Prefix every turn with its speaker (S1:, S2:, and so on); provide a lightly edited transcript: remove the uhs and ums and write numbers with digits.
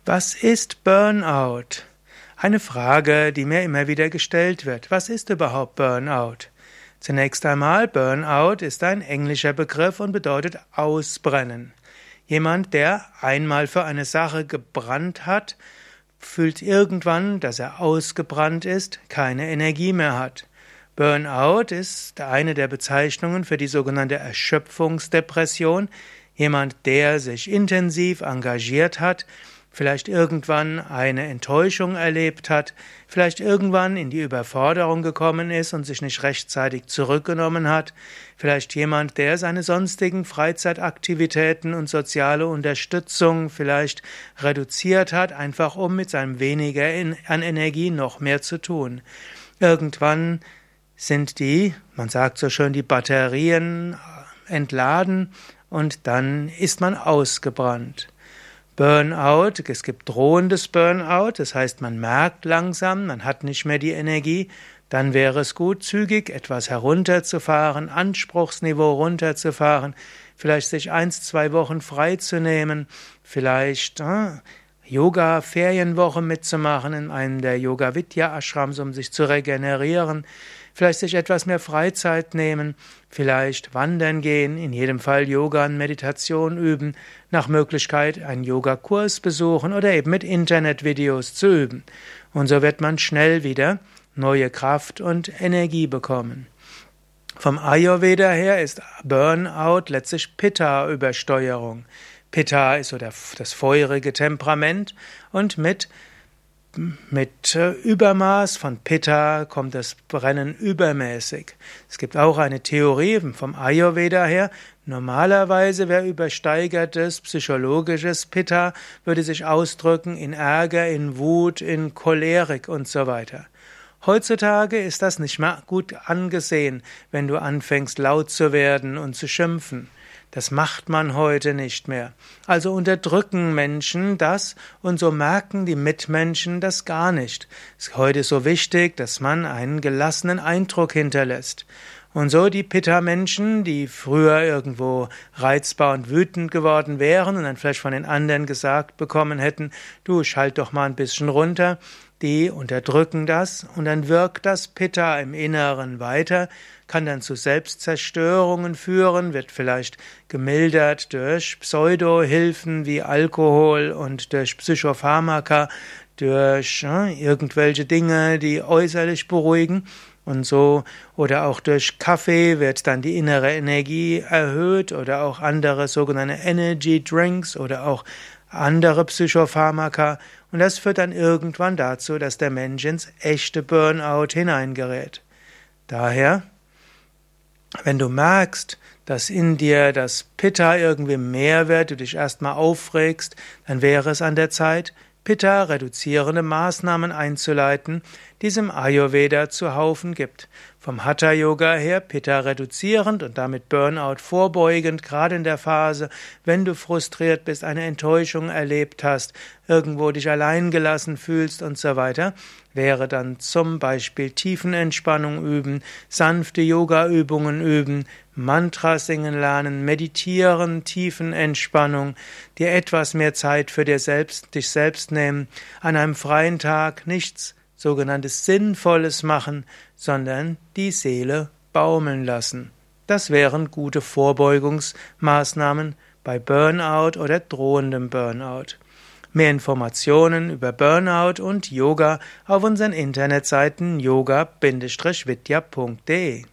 S1: Was ist Burnout? Eine Frage, die mir immer wieder gestellt wird. Was ist überhaupt Burnout? Zunächst einmal, Burnout ist ein englischer Begriff und bedeutet ausbrennen. Jemand, der einmal für eine Sache gebrannt hat, fühlt irgendwann, dass er ausgebrannt ist, keine Energie mehr hat. Burnout ist eine der Bezeichnungen für die sogenannte Erschöpfungsdepression. Jemand, der sich intensiv engagiert hat, vielleicht irgendwann eine Enttäuschung erlebt hat, vielleicht irgendwann in die Überforderung gekommen ist und sich nicht rechtzeitig zurückgenommen hat, vielleicht jemand, der seine sonstigen Freizeitaktivitäten und soziale Unterstützung vielleicht reduziert hat, einfach um mit seinem weniger an Energie noch mehr zu tun. Irgendwann sind man sagt so schön, die Batterien entladen und dann ist man ausgebrannt. Burnout, es gibt drohendes Burnout, das heißt, man merkt langsam, man hat nicht mehr die Energie, dann wäre es gut, zügig etwas herunterzufahren, Anspruchsniveau runterzufahren, vielleicht sich 1-2 Wochen freizunehmen, vielleicht Yoga-Ferienwoche mitzumachen in einem der Yoga-Vidya-Ashrams, um sich zu regenerieren, vielleicht sich etwas mehr Freizeit nehmen, vielleicht wandern gehen, in jedem Fall Yoga und Meditation üben, nach Möglichkeit einen Yogakurs besuchen oder eben mit Internetvideos zu üben. Und so wird man schnell wieder neue Kraft und Energie bekommen. Vom Ayurveda her ist Burnout letztlich Pitta-Übersteuerung. Pitta ist so das feurige Temperament und mit Übermaß von Pitta kommt das Brennen übermäßig. Es gibt auch eine Theorie vom Ayurveda her, normalerweise wer übersteigertes psychologisches Pitta würde sich ausdrücken in Ärger, in Wut, in Cholerik und so weiter. Heutzutage ist das nicht mehr gut angesehen, wenn du anfängst laut zu werden und zu schimpfen. Das macht man heute nicht mehr. Also unterdrücken Menschen das und so merken die Mitmenschen das gar nicht. Es ist heute so wichtig, dass man einen gelassenen Eindruck hinterlässt. Und so die Pitta-Menschen, die früher irgendwo reizbar und wütend geworden wären und dann vielleicht von den anderen gesagt bekommen hätten, du schalt doch mal ein bisschen runter, die unterdrücken das und dann wirkt das Pitta im Inneren weiter, kann dann zu Selbstzerstörungen führen, wird vielleicht gemildert durch Pseudohilfen wie Alkohol und durch Psychopharmaka, durch irgendwelche Dinge, die äußerlich beruhigen und so, oder auch durch Kaffee wird dann die innere Energie erhöht oder auch andere sogenannte Energy Drinks oder auch andere Psychopharmaka und das führt dann irgendwann dazu, dass der Mensch ins echte Burnout hineingerät. Daher, wenn du merkst, dass in dir das Pitta irgendwie mehr wird, du dich erstmal aufregst, dann wäre es an der Zeit, Pitta-reduzierende Maßnahmen einzuleiten, die es im Ayurveda zuhaufen gibt. Vom Hatha-Yoga her Pitta-reduzierend und damit Burnout vorbeugend, gerade in der Phase, wenn du frustriert bist, eine Enttäuschung erlebt hast, irgendwo dich allein gelassen fühlst und so weiter, wäre dann zum Beispiel Tiefenentspannung üben, sanfte Yoga-Übungen üben, Mantra singen lernen, meditieren, Tiefenentspannung, dir etwas mehr Zeit für dich selbst nehmen, an einem freien Tag nichts sogenanntes Sinnvolles machen, sondern die Seele baumeln lassen. Das wären gute Vorbeugungsmaßnahmen bei Burnout oder drohendem Burnout. Mehr Informationen über Burnout und Yoga auf unseren Internetseiten yoga-vidya.de